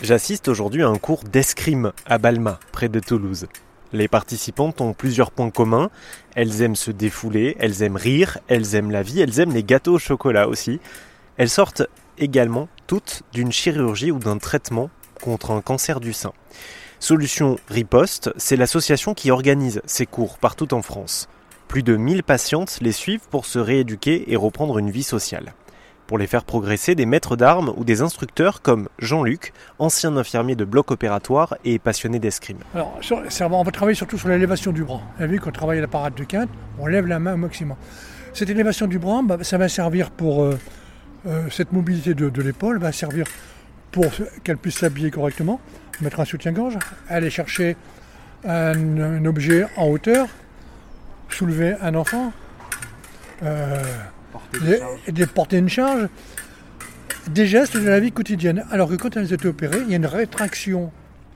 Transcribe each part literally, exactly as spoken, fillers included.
J'assiste aujourd'hui à un cours d'escrime à Balma, près de Toulouse. Les participantes ont plusieurs points communs. Elles aiment se défouler, elles aiment rire, elles aiment la vie, elles aiment les gâteaux au chocolat aussi. Elles sortent également toutes d'une chirurgie ou d'un traitement contre un cancer du sein. Solution Riposte, c'est l'association qui organise ces cours partout en France. Plus de mille patientes les suivent pour se rééduquer et reprendre une vie sociale. Pour les faire progresser, des maîtres d'armes ou des instructeurs comme Jean-Luc, ancien infirmier de bloc opératoire et passionné d'escrime. Alors, sur, on va travailler surtout sur l'élévation du bras. Vous avez vu, quand on travaille à la parade de quinte, on lève la main au maximum. Cette élévation du bras, bah, ça va servir pour euh, euh, cette mobilité de, de l'épaule, va servir pour qu'elle puisse s'habiller correctement, mettre un soutien-gorge, aller chercher un, un objet en hauteur, soulever un enfant. Euh, Des, des porter une charge, des gestes de la vie quotidienne. Alors que quand elles étaient opérées, il y a une rétraction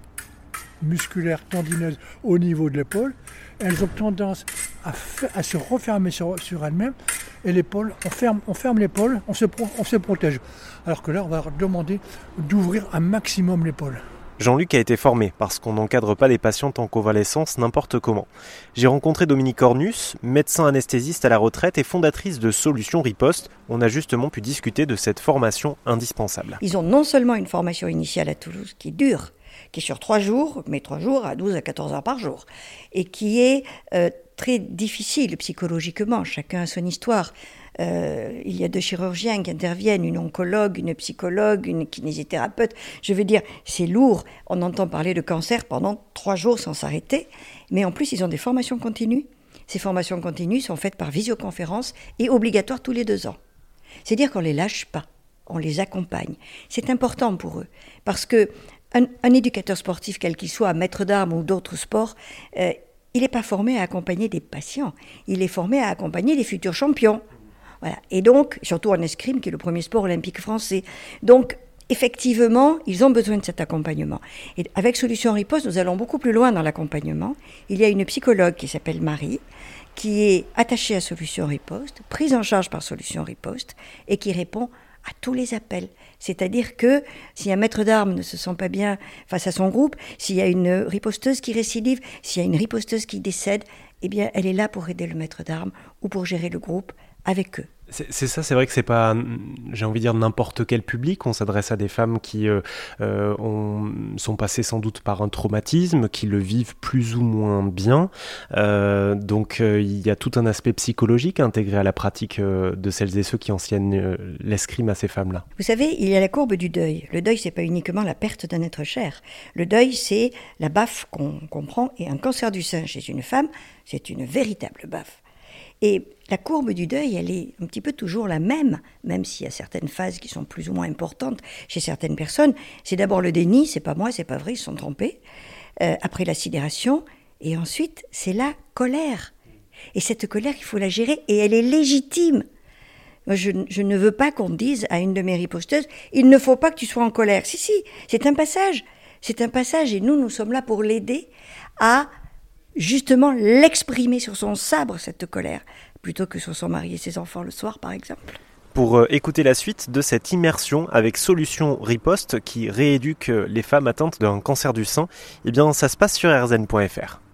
musculaire tendineuse au niveau de l'épaule. Elles ont tendance à, fa- à se refermer sur, sur elles-mêmes et l'épaule, on ferme, on ferme l'épaule, on se, pro- on se protège. Alors que là, on va leur demander d'ouvrir un maximum l'épaule. Jean-Luc a été formé parce qu'on n'encadre pas les patientes en convalescence n'importe comment. J'ai rencontré Dominique Ornus, médecin anesthésiste à la retraite et fondatrice de Solution Riposte. On a justement pu discuter de cette formation indispensable. Ils ont non seulement une formation initiale à Toulouse qui dure, qui est sur trois jours, mais trois jours à douze à quatorze heures par jour, et qui est euh, très difficile psychologiquement, chacun a son histoire. Euh, il y a deux chirurgiens qui interviennent, une oncologue, une psychologue, une kinésithérapeute. Je veux dire, c'est lourd. On entend parler de cancer pendant trois jours sans s'arrêter. Mais en plus, ils ont des formations continues. Ces formations continues sont faites par visioconférence et obligatoires tous les deux ans. C'est-à-dire qu'on ne les lâche pas, on les accompagne. C'est important pour eux. Parce que un, un éducateur sportif, quel qu'il soit, maître d'armes ou d'autres sports, euh, il n'est pas formé à accompagner des patients. Il est formé à accompagner les futurs champions. Voilà. Et donc, surtout en escrime, qui est le premier sport olympique français. Donc, effectivement, ils ont besoin de cet accompagnement. Et avec Solution Riposte, nous allons beaucoup plus loin dans l'accompagnement. Il y a une psychologue qui s'appelle Marie, qui est attachée à Solution Riposte, prise en charge par Solution Riposte, et qui répond à tous les appels. C'est-à-dire que si un maître d'armes ne se sent pas bien face à son groupe, s'il y a une riposteuse qui récidive, s'il y a une riposteuse qui décède, eh bien, elle est là pour aider le maître d'armes ou pour gérer le groupe avec eux. C'est, c'est ça, c'est vrai que c'est pas, j'ai envie de dire, n'importe quel public. On s'adresse à des femmes qui euh, euh, ont, sont passées sans doute par un traumatisme, qui le vivent plus ou moins bien. Euh, donc euh, il y a tout un aspect psychologique intégré à la pratique euh, de celles et ceux qui enseignent euh, l'escrime à ces femmes-là. Vous savez, il y a la courbe du deuil. Le deuil, c'est pas uniquement la perte d'un être cher. Le deuil, c'est la baffe qu'on, qu'on prend. Et un cancer du sein chez une femme, c'est une véritable baffe. Et la courbe du deuil, elle est un petit peu toujours la même, même s'il y a certaines phases qui sont plus ou moins importantes chez certaines personnes. C'est d'abord le déni, c'est pas moi, c'est pas vrai, ils se sont trompés. Euh, après la sidération, et ensuite, c'est la colère. Et cette colère, il faut la gérer, et elle est légitime. Moi, je, je ne veux pas qu'on dise à une de mes riposteuses, il ne faut pas que tu sois en colère. Si, si, c'est un passage. C'est un passage, et nous, nous sommes là pour l'aider à justement l'exprimer sur son sabre, cette colère, plutôt que sur son mari et ses enfants le soir, par exemple. Pour euh, écouter la suite de cette immersion avec Solution Riposte qui rééduque les femmes atteintes d'un cancer du sein, eh bien, ça se passe sur r z n point f r.